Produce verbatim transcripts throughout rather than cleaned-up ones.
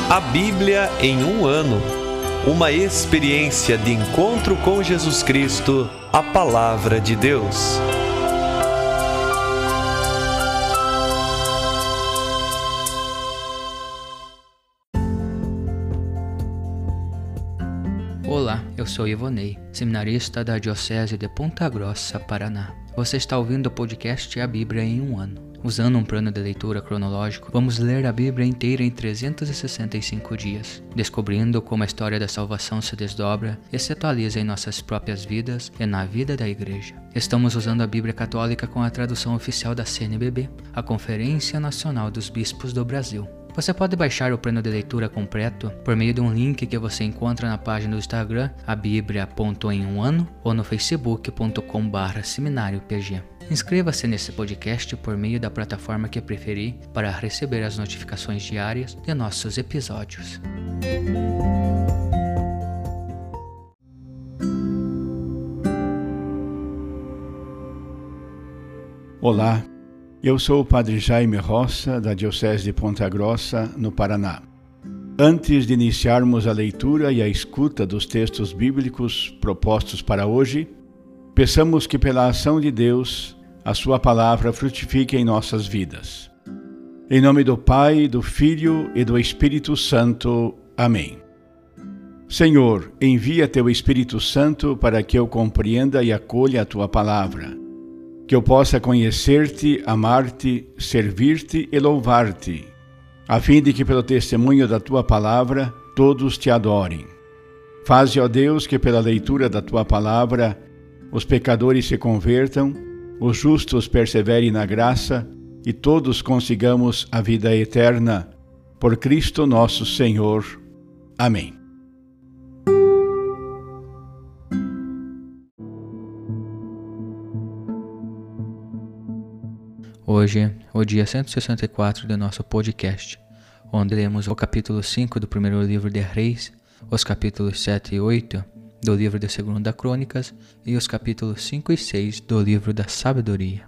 A Bíblia em um ano. Uma experiência de encontro com Jesus Cristo, a Palavra de Deus. Olá, eu sou Ivonei, seminarista da Diocese de Ponta Grossa, Paraná. Você está ouvindo o podcast A Bíblia em um ano. Usando um plano de leitura cronológico, vamos ler a Bíblia inteira em trezentos e sessenta e cinco dias, descobrindo como a história da salvação se desdobra e se atualiza em nossas próprias vidas e na vida da Igreja. Estamos usando a Bíblia Católica com a tradução oficial da C N B B, a Conferência Nacional dos Bispos do Brasil. Você pode baixar o plano de leitura completo por meio de um link que você encontra na página do Instagram, a bíblia ponto em um ano, ou no facebook ponto com barra seminário P G. Inscreva-se nesse podcast por meio da plataforma que preferir para receber as notificações diárias de nossos episódios. Olá, eu sou o Padre Jaime Roça, da Diocese de Ponta Grossa, no Paraná. Antes de iniciarmos a leitura e a escuta dos textos bíblicos propostos para hoje, peçamos que pela ação de Deus, a sua palavra frutifique em nossas vidas. Em nome do Pai, do Filho e do Espírito Santo. Amém. Senhor, envia teu Espírito Santo para que eu compreenda e acolha a tua palavra, que eu possa conhecer-te, amar-te, servir-te e louvar-te, a fim de que pelo testemunho da tua palavra todos te adorem. Faze, ó Deus, que pela leitura da tua palavra os pecadores se convertam, os justos perseverem na graça e todos consigamos a vida eterna. Por Cristo nosso Senhor. Amém. Hoje é o dia cento e sessenta e quatro do nosso podcast, onde lemos o capítulo cinco do primeiro livro de Reis, os capítulos sete e oito do livro de Segunda Crônicas e os capítulos cinco e seis do livro da Sabedoria.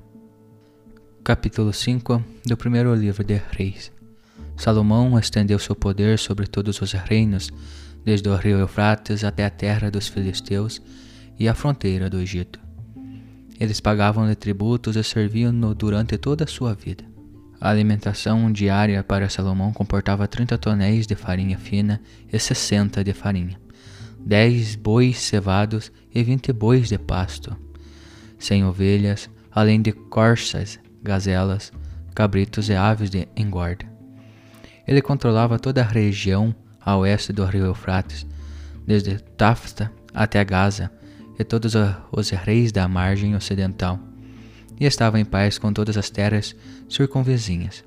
Capítulo cinco do primeiro livro de Reis. Salomão estendeu seu poder sobre todos os reinos, desde o rio Eufrates até a terra dos filisteus e a fronteira do Egito. Eles pagavam-lhe tributos e serviam-no durante toda a sua vida. A alimentação diária para Salomão comportava trinta tonéis de farinha fina e sessenta de farinha, dez bois cevados e vinte bois de pasto, cem ovelhas, além de corças, gazelas, cabritos e aves de engorda. Ele controlava toda a região a oeste do rio Eufrates, desde Tafta até Gaza, e todos os reis da margem ocidental, e estava em paz com todas as terras circunvizinhas.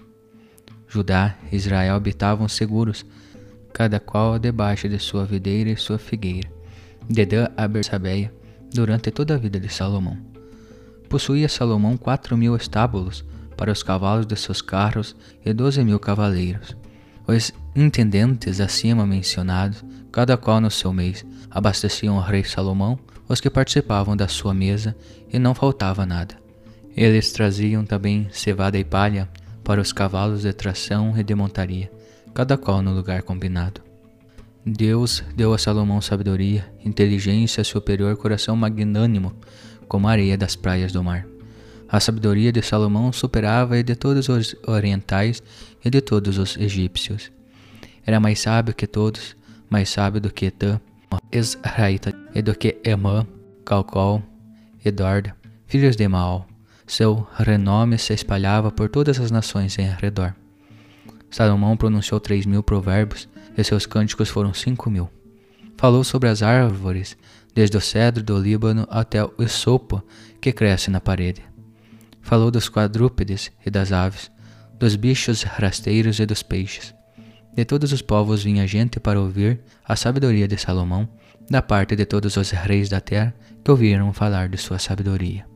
Judá e Israel habitavam seguros, cada qual debaixo de sua videira e sua figueira, de Dan a Bersabeia, durante toda a vida de Salomão. Possuía Salomão quatro mil estábulos para os cavalos de seus carros e doze mil cavaleiros. Os intendentes acima mencionados, cada qual no seu mês, abasteciam o rei Salomão, os que participavam da sua mesa, e não faltava nada. Eles traziam também cevada e palha para os cavalos de tração e de montaria, cada qual no lugar combinado. Deus deu a Salomão sabedoria, inteligência superior, coração magnânimo, como a areia das praias do mar. A sabedoria de Salomão superava a de todos os orientais e de todos os egípcios. Era mais sábio que todos, mais sábio do que Etã, Esraíta, e do que Emã, Calcol e Dorda, filhos de Maol. Seu renome se espalhava por todas as nações em redor. Salomão pronunciou três mil provérbios, e seus cânticos foram cinco mil. Falou sobre as árvores, desde o cedro do Líbano até o isopo que cresce na parede. Falou dos quadrúpedes e das aves, dos bichos rasteiros e dos peixes. De todos os povos vinha gente para ouvir a sabedoria de Salomão, da parte de todos os reis da terra que ouviram falar de sua sabedoria.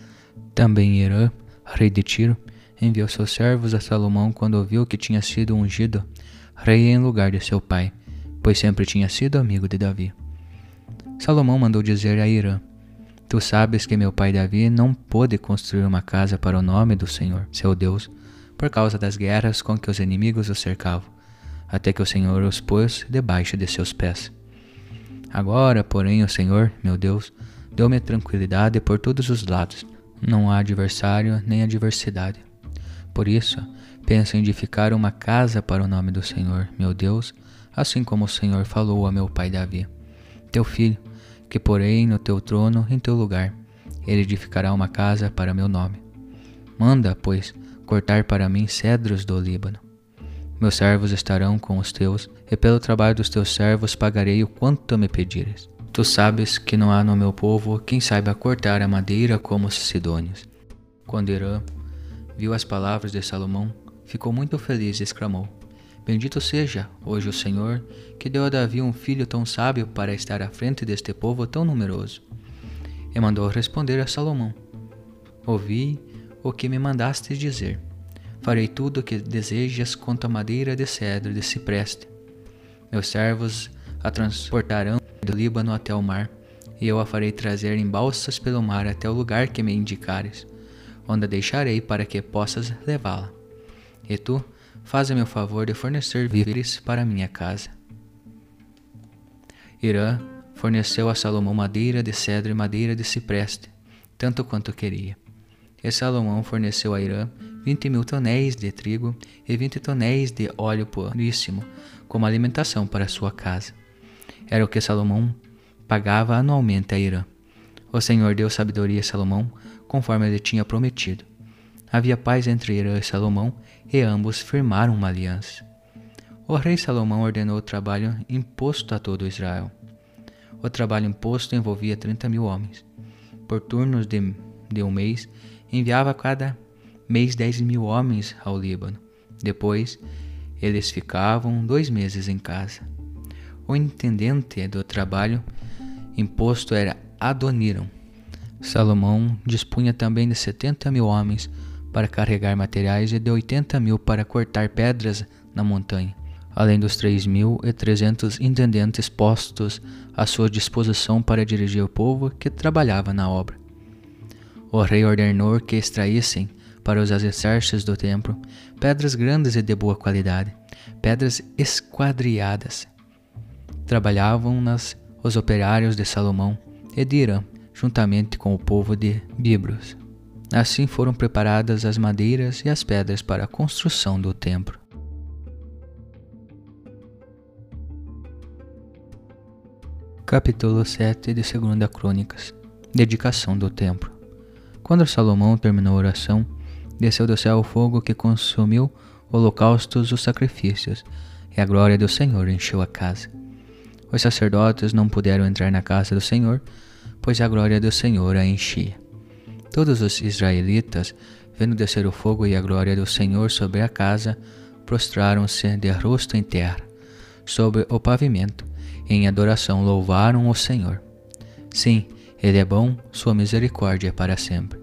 Também Hirã, rei de Tiro, enviou seus servos a Salomão quando ouviu que tinha sido ungido rei em lugar de seu pai, pois sempre tinha sido amigo de Davi. Salomão mandou dizer a Hirã: Tu sabes que meu pai Davi não pôde construir uma casa para o nome do Senhor, seu Deus, por causa das guerras com que os inimigos o cercavam. até que o Senhor os pôs debaixo de seus pés. Agora, porém, o Senhor, meu Deus, deu-me tranquilidade por todos os lados. Não há adversário nem adversidade. Por isso, penso em edificar uma casa para o nome do Senhor, meu Deus, assim como o Senhor falou a meu pai Davi, teu filho, que porei no teu trono em teu lugar. Ele edificará uma casa para meu nome. Manda, pois, cortar para mim cedros do Líbano. Meus servos estarão com os teus, e pelo trabalho dos teus servos pagarei o quanto me pedires. Tu sabes que não há no meu povo quem saiba cortar a madeira como os sidônios. Quando Hirã viu as palavras de Salomão, ficou muito feliz e exclamou: Bendito seja hoje o Senhor, que deu a Davi um filho tão sábio para estar à frente deste povo tão numeroso. E mandou responder a Salomão: Ouvi o que me mandaste dizer. Farei tudo o que desejas quanto à madeira de cedro e de cipreste. Meus servos a transportarão do Líbano até o mar, e eu a farei trazer em balsas pelo mar até o lugar que me indicares, onde a deixarei para que possas levá-la. E tu, faz-me o favor de fornecer víveres para minha casa. Hirã forneceu a Salomão madeira de cedro e madeira de cipreste, tanto quanto queria. E Salomão forneceu a Hirã vinte mil tonéis de trigo e vinte tonéis de óleo puríssimo, como alimentação para sua casa. Era o que Salomão pagava anualmente a Hirã. O Senhor deu sabedoria a Salomão, conforme ele tinha prometido. Havia paz entre Hirã e Salomão, e ambos firmaram uma aliança. O rei Salomão ordenou o trabalho imposto a todo Israel. O trabalho imposto envolvia trinta mil homens. Por turnos de, de um mês, enviava cada mês dez mil homens ao Líbano. Depois, eles ficavam dois meses em casa. O intendente do trabalho imposto era Adoniram. Salomão dispunha também de setenta mil homens para carregar materiais e de oitenta mil para cortar pedras na montanha, além dos três mil e trezentos intendentes postos à sua disposição para dirigir o povo que trabalhava na obra. O rei ordenou que extraíssem para os alicerces do templo pedras grandes e de boa qualidade, pedras esquadriadas. Trabalhavam-nas os operários de Salomão e de Hirã, juntamente com o povo de Biblos. Assim foram preparadas as madeiras e as pedras para a construção do templo. Capítulo sete de Segunda Crônicas. Dedicação do templo. Quando Salomão terminou a oração, desceu do céu o fogo que consumiu holocaustos e os sacrifícios, e a glória do Senhor encheu a casa. Os sacerdotes não puderam entrar na casa do Senhor, pois a glória do Senhor a enchia. Todos os israelitas, vendo descer o fogo e a glória do Senhor sobre a casa, prostraram-se de rosto em terra, sobre o pavimento, e em adoração louvaram o Senhor. Sim, Ele é bom, sua misericórdia é para sempre.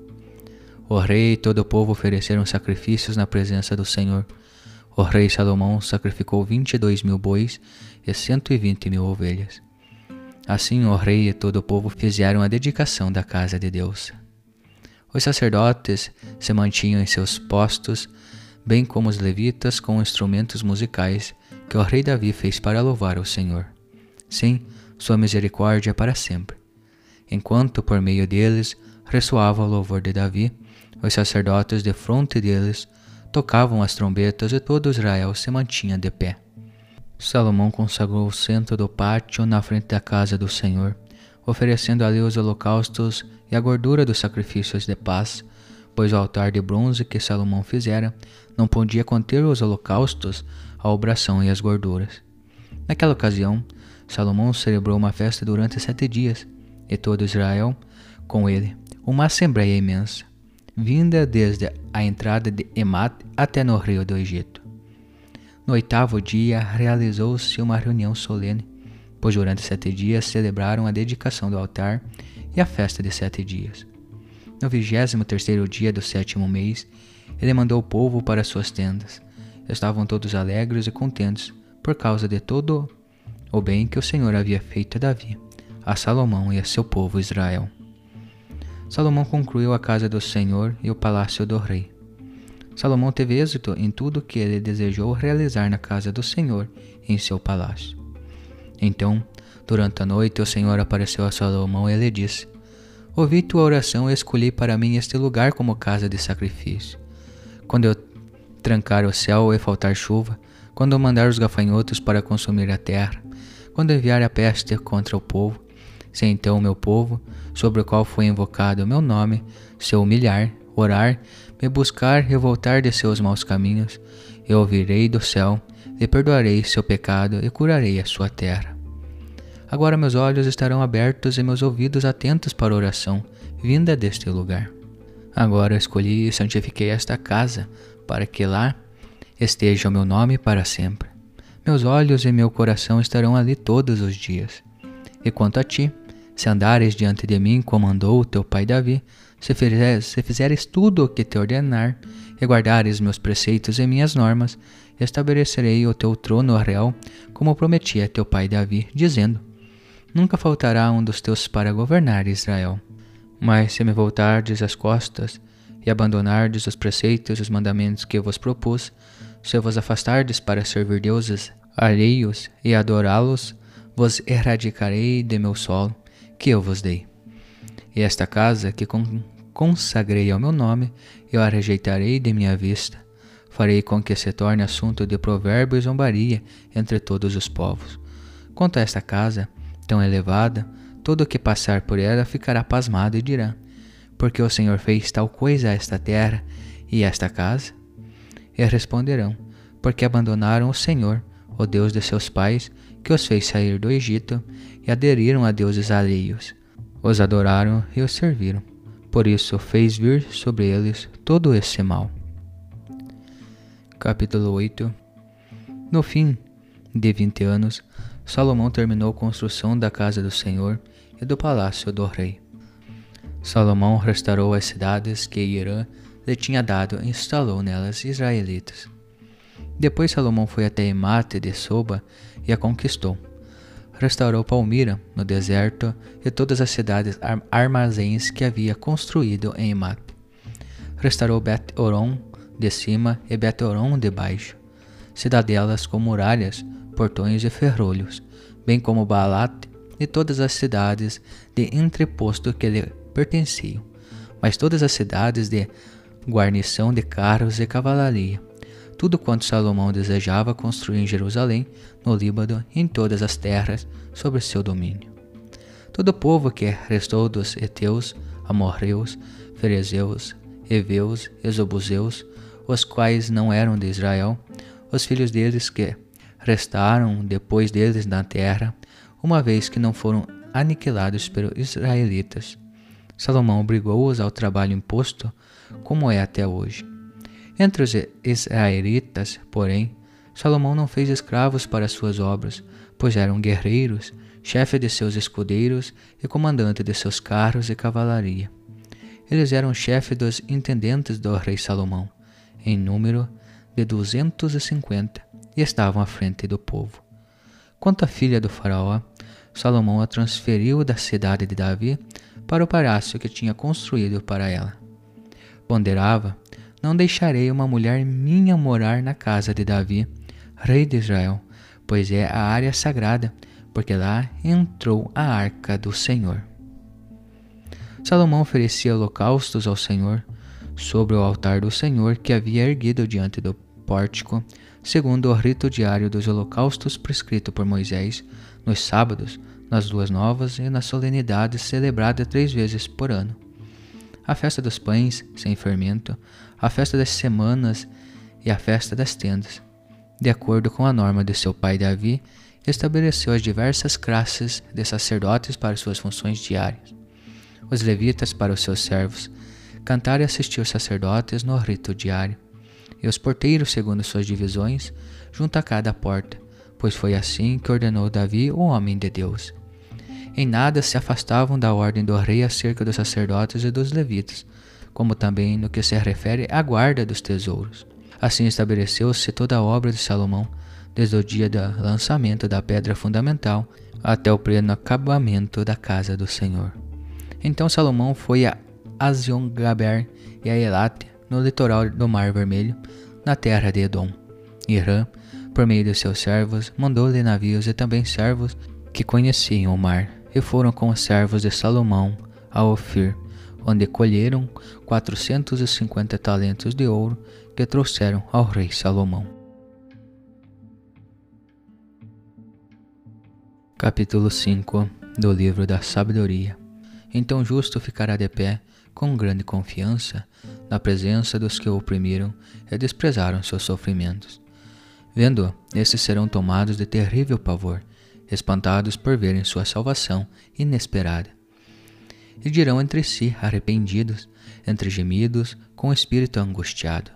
O rei e todo o povo ofereceram sacrifícios na presença do Senhor. O rei Salomão sacrificou vinte e dois mil bois e cento e vinte mil ovelhas. Assim o rei e todo o povo fizeram a dedicação da casa de Deus. Os sacerdotes se mantinham em seus postos, bem como os levitas com instrumentos musicais que o rei Davi fez para louvar o Senhor. Sim, sua misericórdia é para sempre. Enquanto por meio deles ressoava o louvor de Davi, os sacerdotes de fronte deles tocavam as trombetas e todo Israel se mantinha de pé. Salomão consagrou o centro do pátio na frente da casa do Senhor, oferecendo ali os holocaustos e a gordura dos sacrifícios de paz, pois o altar de bronze que Salomão fizera não podia conter os holocaustos, a obração e as gorduras. Naquela ocasião, Salomão celebrou uma festa durante sete dias, e todo Israel, com ele, uma assembleia imensa, vinda desde a entrada de Emat até no rio do Egito. No oitavo dia realizou-se uma reunião solene, pois durante sete dias celebraram a dedicação do altar e a festa de sete dias. No vigésimo terceiro dia do sétimo mês, ele mandou o povo para suas tendas. Estavam todos alegres e contentes por causa de todo o bem que o Senhor havia feito a Davi, a Salomão e a seu povo Israel. Salomão concluiu a casa do Senhor e o palácio do rei. Salomão teve êxito em tudo que ele desejou realizar na casa do Senhor e em seu palácio. Então, durante a noite, o Senhor apareceu a Salomão e lhe disse: Ouvi tua oração e escolhi para mim este lugar como casa de sacrifício. Quando eu trancar o céu e faltar chuva, quando eu mandar os gafanhotos para consumir a terra, quando enviar a peste contra o povo, se então o meu povo, sobre o qual foi invocado o meu nome, se humilhar, orar, me buscar e voltar de seus maus caminhos, eu ouvirei do céu, lhe perdoarei seu pecado e curarei a sua terra. Agora meus olhos estarão abertos e meus ouvidos atentos para a oração vinda deste lugar. Agora escolhi e santifiquei esta casa, para que lá esteja o meu nome para sempre. Meus olhos e meu coração estarão ali todos os dias. E quanto a ti, se andares diante de mim como andou o teu pai Davi, se fizeres, se fizeres tudo o que te ordenar, e guardares meus preceitos e minhas normas, estabelecerei o teu trono real, como prometi a teu pai Davi, dizendo: Nunca faltará um dos teus para governar Israel. Mas se me voltardes as costas, e abandonardes os preceitos e os mandamentos que eu vos propus, se vos afastardes para servir deuses alheios e adorá-los, vos erradicarei de meu solo, que eu vos dei. E esta casa que consagrei ao meu nome, eu a rejeitarei de minha vista. Farei com que se torne assunto de provérbio e zombaria entre todos os povos. Quanto a esta casa, tão elevada, todo o que passar por ela ficará pasmado e dirá: porque o Senhor fez tal coisa a esta terra e a esta casa? E responderão: porque abandonaram o Senhor, o Deus de seus pais, que os fez sair do Egito, e aderiram a deuses alheios. Os adoraram e os serviram. Por isso fez vir sobre eles todo esse mal. Capítulo oito. No fim de vinte anos, Salomão terminou a construção da casa do Senhor e do palácio do rei. Salomão restaurou as cidades que Hirã lhe tinha dado e instalou nelas israelitas. Depois Salomão foi até Emate de Soba e a conquistou. Restaurou Palmira, no deserto, e todas as cidades armazéns que havia construído em Emate. Restaurou Bet-Oron de cima e Bet-Oron de baixo, cidadelas com muralhas, portões e ferrolhos, bem como Baalat e todas as cidades de entreposto que lhe pertenciam, mas todas as cidades de guarnição de carros e cavalaria, tudo quanto Salomão desejava construir em Jerusalém, no Líbano e em todas as terras sob seu domínio. Todo o povo que restou dos heteus, amorreus, ferezeus, heveus e jebuseus, os quais não eram de Israel, os filhos deles que restaram depois deles na terra, uma vez que não foram aniquilados pelos israelitas, Salomão obrigou-os ao trabalho imposto, como é até hoje. Entre os israelitas, porém, Salomão não fez escravos para suas obras, pois eram guerreiros, chefe de seus escudeiros e comandante de seus carros e cavalaria. Eles eram chefe dos intendentes do rei Salomão, em número de duzentos e cinquenta, e estavam à frente do povo. Quanto à filha do faraó, Salomão a transferiu da cidade de Davi para o palácio que tinha construído para ela. Ponderava: não deixarei uma mulher minha morar na casa de Davi, rei de Israel, pois é a área sagrada, porque lá entrou a arca do Senhor. Salomão oferecia holocaustos ao Senhor sobre o altar do Senhor que havia erguido diante do pórtico, segundo o rito diário dos holocaustos prescrito por Moisés, nos sábados, nas luas novas e nas solenidades celebradas três vezes por ano. A festa dos pães sem fermento, a festa das semanas e a festa das tendas. De acordo com a norma de seu pai Davi, estabeleceu as diversas classes de sacerdotes para suas funções diárias. Os levitas para os seus servos, cantar e assistir os sacerdotes no rito diário, e os porteiros segundo suas divisões, junto a cada porta, pois foi assim que ordenou Davi, o homem de Deus. Em nada se afastavam da ordem do rei acerca dos sacerdotes e dos levitas, como também no que se refere à guarda dos tesouros. Assim estabeleceu-se toda a obra de Salomão, desde o dia do lançamento da pedra fundamental até o pleno acabamento da casa do Senhor. Então Salomão foi a Azion-Gaber e a Elate, no litoral do Mar Vermelho, na terra de Edom. Irã, por meio de seus servos, mandou-lhe navios e também servos que conheciam o mar, e foram com os servos de Salomão a Ofir, onde colheram quatrocentos e cinquenta talentos de ouro que trouxeram ao rei Salomão. Capítulo cinco do livro da Sabedoria. Então o justo ficará de pé com grande confiança na presença dos que o oprimiram e desprezaram seus sofrimentos. Vendo-o, esses serão tomados de terrível pavor, espantados por verem sua salvação inesperada. E dirão entre si, arrependidos, entre gemidos, com o espírito angustiado: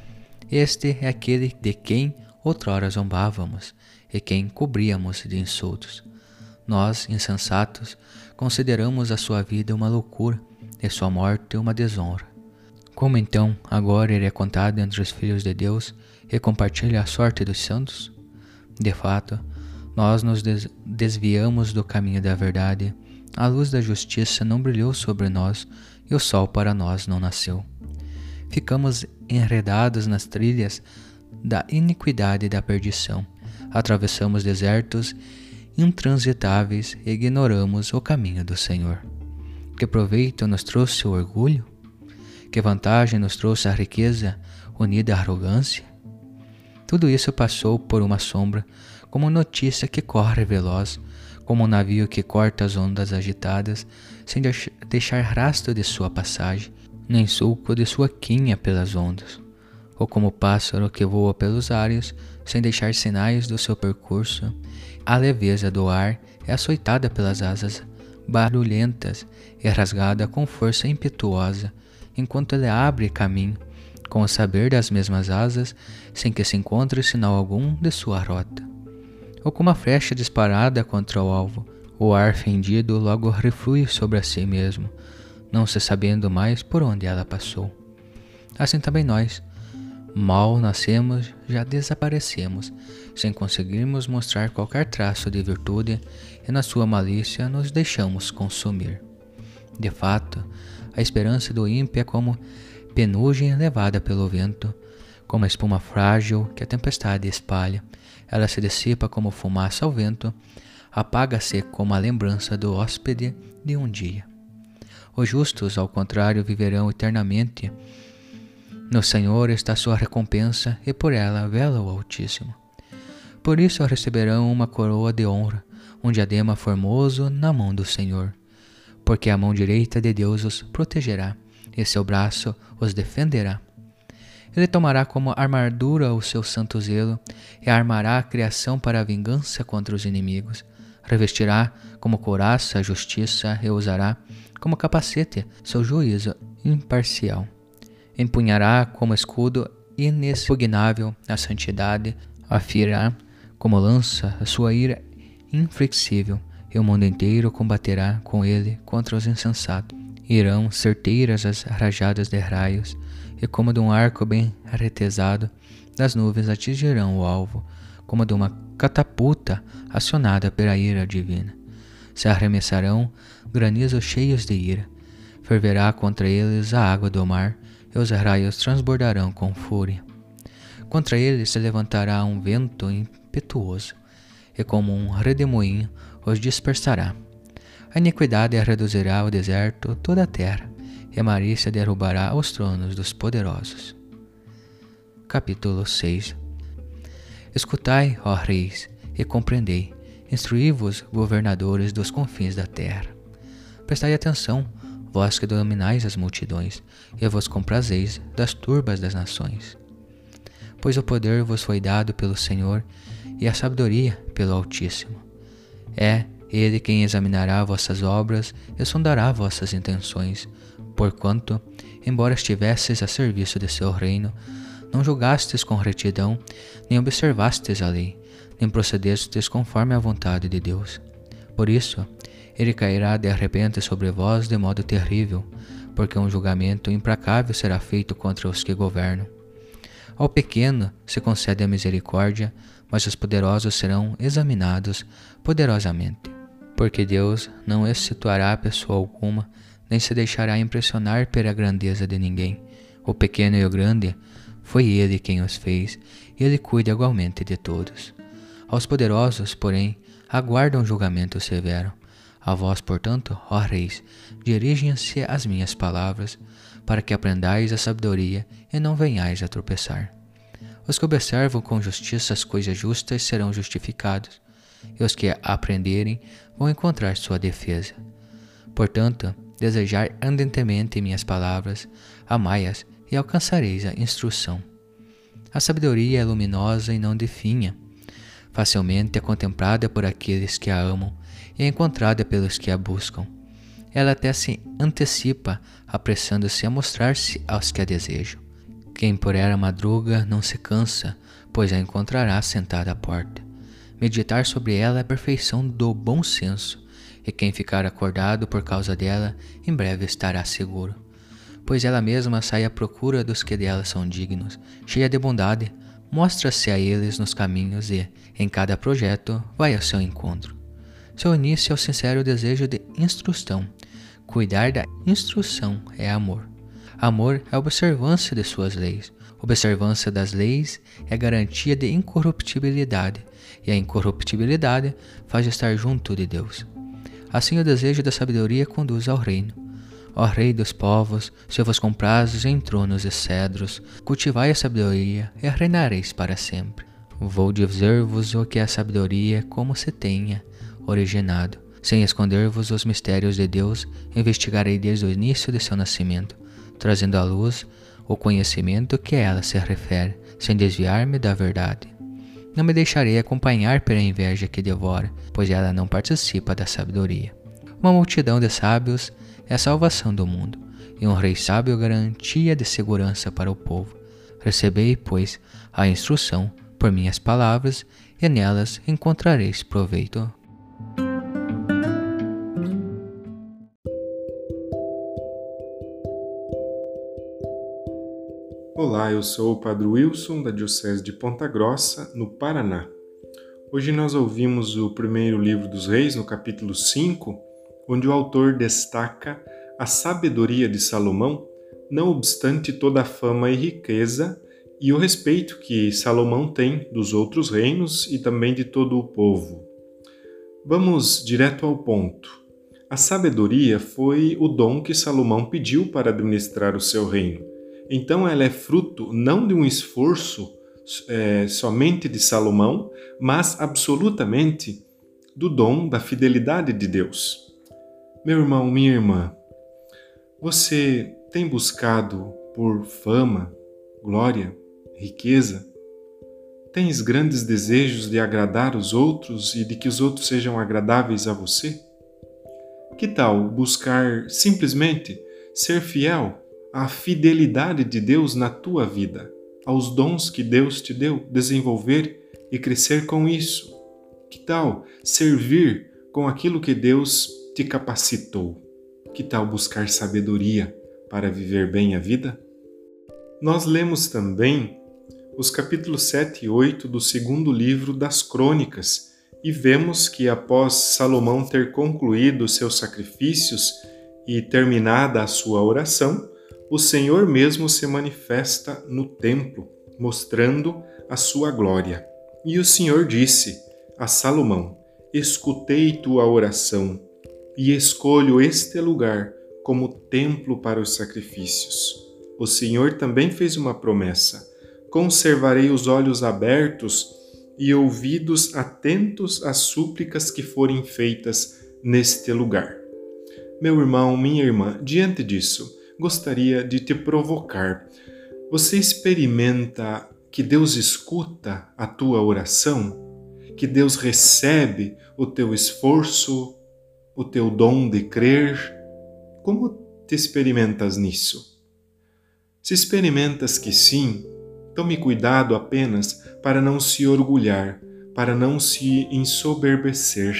Este é aquele de quem outrora zombávamos e quem cobríamos de insultos. Nós, insensatos, consideramos a sua vida uma loucura e sua morte uma desonra. Como então agora ele é contado entre os filhos de Deus e compartilha a sorte dos santos? De fato, nós nos des- desviamos do caminho da verdade, a luz da justiça não brilhou sobre nós e o sol para nós não nasceu. Ficamos enredados nas trilhas da iniquidade e da perdição, atravessamos desertos intransitáveis e ignoramos o caminho do Senhor. Que proveito nos trouxe o orgulho? Que vantagem nos trouxe a riqueza unida à arrogância? Tudo isso passou por uma sombra, como notícia que corre veloz, como um navio que corta as ondas agitadas, sem deixar rastro de sua passagem, nem sulco de sua quinha pelas ondas, ou como o pássaro que voa pelos ares, sem deixar sinais do seu percurso. A leveza do ar é açoitada pelas asas barulhentas e rasgada com força impetuosa, enquanto ele abre caminho, com o saber das mesmas asas, sem que se encontre sinal algum de sua rota. Ou como a flecha disparada contra o alvo, o ar fendido logo reflui sobre a si mesmo, não se sabendo mais por onde ela passou. Assim também nós, mal nascemos, já desaparecemos, sem conseguirmos mostrar qualquer traço de virtude, e na sua malícia nos deixamos consumir. De fato, a esperança do ímpio é como penugem levada pelo vento, como a espuma frágil que a tempestade espalha. Ela se dissipa como fumaça ao vento, apaga-se como a lembrança do hóspede de um dia. Os justos, ao contrário, viverão eternamente. No Senhor está sua recompensa, e por ela vela o Altíssimo. Por isso receberão uma coroa de honra, um diadema formoso na mão do Senhor, porque a mão direita de Deus os protegerá, e seu braço os defenderá. Ele tomará como armadura o seu santo zelo, e armará a criação para a vingança contra os inimigos. Revestirá como couraça a justiça, e usará como capacete seu juízo imparcial. Empunhará como escudo inexpugnável a santidade, afirá como lança a sua ira inflexível, e o mundo inteiro combaterá com ele contra os insensatos. Irão certeiras as rajadas de raios, e como de um arco bem retesado, das nuvens atingirão o alvo, como de uma catapulta acionada pela ira divina. Se arremessarão granizos cheios de ira, ferverá contra eles a água do mar, e os raios transbordarão com fúria. Contra eles se levantará um vento impetuoso, e como um redemoinho os dispersará. A iniquidade reduzirá ao deserto toda a terra, e a malícia derrubará os tronos dos poderosos. Capítulo seis. Escutai, ó reis, e compreendei, instruí-vos, governadores dos confins da terra. Prestai atenção, vós que dominais as multidões, e vos comprazeis das turbas das nações. Pois o poder vos foi dado pelo Senhor, e a sabedoria pelo Altíssimo. É Ele quem examinará vossas obras e sondará vossas intenções, porquanto, embora estivesses a serviço de seu reino, não julgastes com retidão, nem observastes a lei, nem procedestes conforme a vontade de Deus. Por isso, ele cairá de repente sobre vós de modo terrível, porque um julgamento implacável será feito contra os que governam. Ao pequeno se concede a misericórdia, mas os poderosos serão examinados poderosamente. Porque Deus não excetuará pessoa alguma, nem se deixará impressionar pela grandeza de ninguém. O pequeno e o grande, foi Ele quem os fez, e Ele cuida igualmente de todos. Aos poderosos, porém, aguarda um julgamento severo. A vós, portanto, ó reis, dirigem-se as minhas palavras, para que aprendais a sabedoria e não venhais a tropeçar. Os que observam com justiça as coisas justas serão justificados, e os que aprenderem vão encontrar sua defesa. Portanto, desejai ardentemente minhas palavras, amai-as e alcançareis a instrução. A sabedoria é luminosa e não definha. Facilmente é contemplada por aqueles que a amam e é encontrada pelos que a buscam. Ela até se antecipa, apressando-se a mostrar-se aos que a desejam. Quem por ela madruga não se cansa, pois a encontrará sentada à porta. Meditar sobre ela é a perfeição do bom senso, e quem ficar acordado por causa dela, em breve estará seguro. Pois ela mesma sai à procura dos que dela são dignos, cheia de bondade, mostra-se a eles nos caminhos e, em cada projeto, vai ao seu encontro. Seu início é o sincero desejo de instrução. Cuidar da instrução é amor. Amor é a observância de suas leis. Observância das leis é garantia de incorruptibilidade, e a incorruptibilidade faz estar junto de Deus. Assim o desejo da sabedoria conduz ao reino. Ó Rei dos povos, se vos comprazes em tronos e cedros, cultivai a sabedoria e reinareis para sempre. Vou dizer-vos o que é a sabedoria, como se tenha originado. Sem esconder-vos os mistérios de Deus, investigarei desde o início de seu nascimento, trazendo à luz o conhecimento que a ela se refere, sem desviar-me da verdade. Não me deixarei acompanhar pela inveja que devora, pois ela não participa da sabedoria. Uma multidão de sábios é a salvação do mundo, e um rei sábio garantia de segurança para o povo. Recebei, pois, a instrução por minhas palavras, e nelas encontrareis proveito. Olá, eu sou o Padre Wilson, da Diocese de Ponta Grossa, no Paraná. Hoje nós ouvimos o primeiro livro dos Reis, no capítulo cinco, onde o autor destaca a sabedoria de Salomão, não obstante toda a fama e riqueza, e o respeito que Salomão tem dos outros reinos e também de todo o povo. Vamos direto ao ponto. A sabedoria foi o dom que Salomão pediu para administrar o seu reino. Então ela é fruto não de um esforço é, somente de Salomão, mas absolutamente do dom da fidelidade de Deus. Meu irmão, minha irmã, você tem buscado por fama, glória, riqueza? Tens grandes desejos de agradar os outros e de que os outros sejam agradáveis a você? Que tal buscar simplesmente ser fiel à fidelidade de Deus na tua vida, aos dons que Deus te deu, desenvolver e crescer com isso? Que tal servir com aquilo que Deus te capacitou? Que tal buscar sabedoria para viver bem a vida? Nós lemos também os capítulos sete e oito do segundo livro das Crônicas e vemos que após Salomão ter concluído seus sacrifícios e terminada a sua oração, o Senhor mesmo se manifesta no templo, mostrando a sua glória. E o Senhor disse a Salomão: escutei tua oração e escolho este lugar como templo para os sacrifícios. O Senhor também fez uma promessa: conservarei os olhos abertos e ouvidos atentos às súplicas que forem feitas neste lugar. Meu irmão, minha irmã, diante disso, gostaria de te provocar. Você experimenta que Deus escuta a tua oração? Que Deus recebe o teu esforço, o teu dom de crer? Como te experimentas nisso? Se experimentas que sim, tome cuidado apenas para não se orgulhar, para não se ensoberbecer.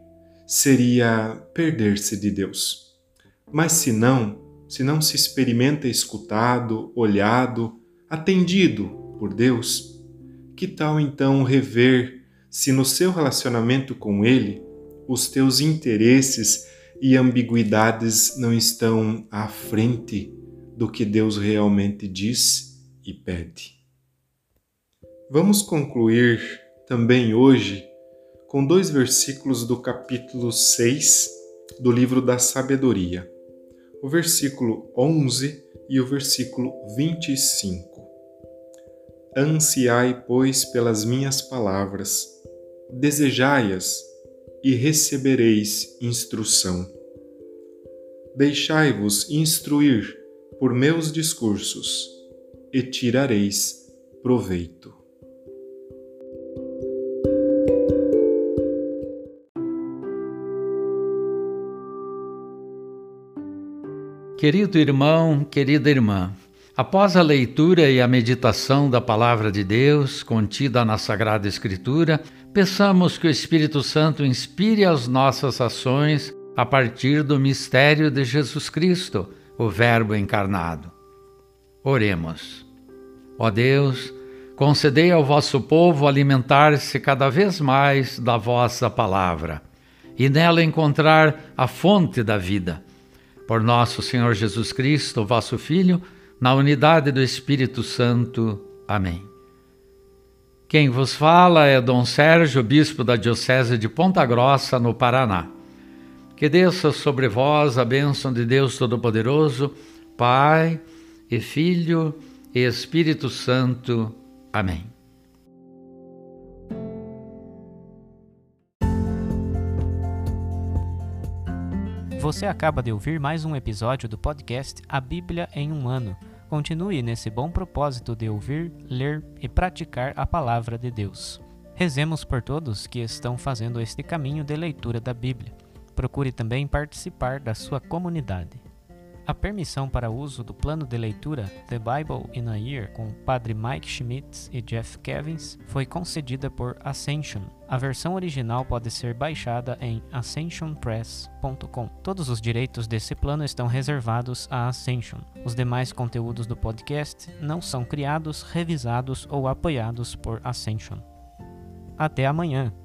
Seria perder-se de Deus. Mas se não, se não se experimenta escutado, olhado, atendido por Deus, que tal então rever se no seu relacionamento com Ele os teus interesses e ambiguidades não estão à frente do que Deus realmente diz e pede. Vamos concluir também hoje com dois versículos do capítulo seis do livro da Sabedoria, o versículo onze e o versículo vinte e cinco. Ansiai, pois, pelas minhas palavras, desejai-as e recebereis instrução. Deixai-vos instruir por meus discursos e tirareis proveito. Querido irmão, querida irmã, após a leitura e a meditação da Palavra de Deus contida na Sagrada Escritura, peçamos que o Espírito Santo inspire as nossas ações a partir do mistério de Jesus Cristo, o Verbo encarnado. Oremos. Ó Deus, concedei ao vosso povo alimentar-se cada vez mais da vossa palavra e nela encontrar a fonte da vida. Por nosso Senhor Jesus Cristo, vosso Filho, na unidade do Espírito Santo. Amém. Quem vos fala é Dom Sérgio, bispo da Diocese de Ponta Grossa, no Paraná. Que desça sobre vós a bênção de Deus Todo-Poderoso, Pai e Filho e Espírito Santo. Amém. Você acaba de ouvir mais um episódio do podcast A Bíblia em um Ano. Continue nesse bom propósito de ouvir, ler e praticar a Palavra de Deus. Rezemos por todos que estão fazendo este caminho de leitura da Bíblia. Procure também participar da sua comunidade. A permissão para uso do plano de leitura The Bible in a Year com o Padre Mike Schmitz e Jeff Kevins foi concedida por Ascension. A versão original pode ser baixada em ascension press ponto com. Todos os direitos desse plano estão reservados à Ascension. Os demais conteúdos do podcast não são criados, revisados ou apoiados por Ascension. Até amanhã!